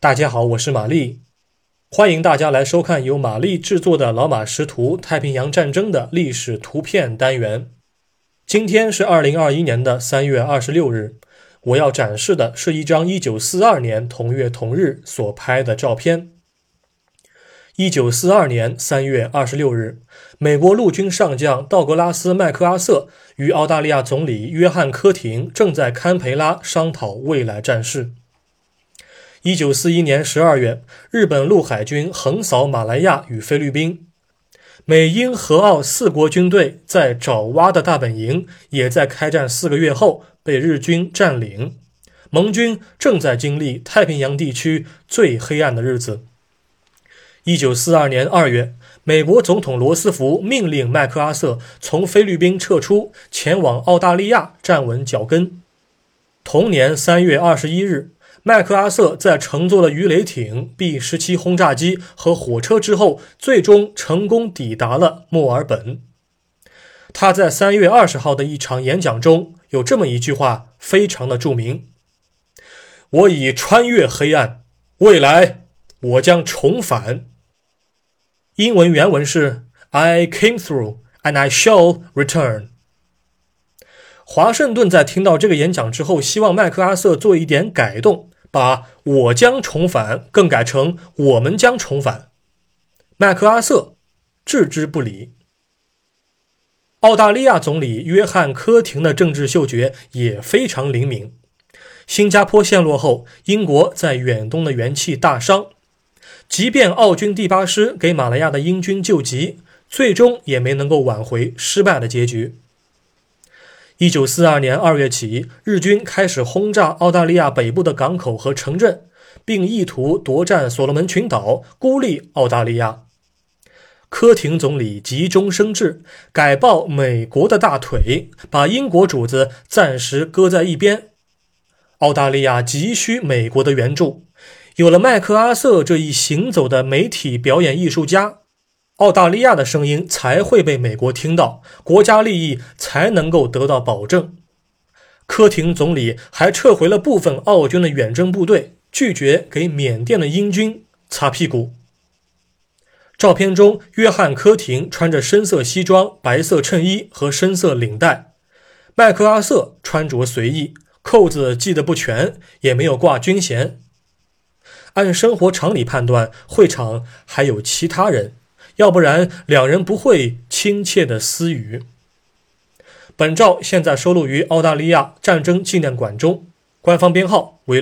大家好，我是玛丽，欢迎大家来收看由玛丽制作的老马识图太平洋战争的历史图片单元。今天是2021年的3月26日，我要展示的是一张1942年同月同日所拍的照片。1942年3月26日，美国陆军上将道格拉斯·麦克阿瑟与澳大利亚总理约翰·科廷正在堪培拉商讨未来战事。1941年12月，日本陆海军横扫马来亚与菲律宾，美英荷澳4国军队在爪哇的大本营也在开战4个月后被日军占领，盟军正在经历太平洋地区最黑暗的日子。1942年2月，美国总统罗斯福命令麦克阿瑟从菲律宾撤出，前往澳大利亚站稳脚跟。同年3月21日，麦克阿瑟在乘坐了鱼雷艇、B-17轰炸机和火车之后，最终成功抵达了墨尔本。他在3月20号的一场演讲中有这么一句话，非常的著名：我已穿越黑暗，未来我将重返。英文原文是 I came through and I shall return。 华盛顿在听到这个演讲之后，希望麦克阿瑟做一点改动，把我将重返更改成我们将重返。麦克阿瑟置之不理。澳大利亚总理约翰·科廷的政治嗅觉也非常灵敏。新加坡陷落后，英国在远东的元气大伤，即便澳军第8师给马来亚的英军救急，最终也没能够挽回失败的结局。1942年2月起，日军开始轰炸澳大利亚北部的港口和城镇，并意图夺占所罗门群岛，孤立澳大利亚。科廷总理急中生智，改抱美国的大腿，把英国主子暂时搁在一边。澳大利亚急需美国的援助，有了麦克阿瑟这一行走的媒体表演艺术家，澳大利亚的声音才会被美国听到，国家利益才能够得到保证。科廷总理还撤回了部分澳军的远征部队，拒绝给缅甸的英军擦屁股。照片中，约翰·科廷穿着深色西装、白色衬衣和深色领带，麦克阿瑟穿着随意，扣子系得不全，也没有挂军衔。按生活常理判断，会场还有其他人，要不然两人不会亲切的私语。本照现在收录于澳大利亚战争纪念馆中，官方编号为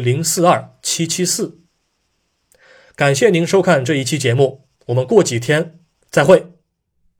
042774。感谢您收看这一期节目，我们过几天再会。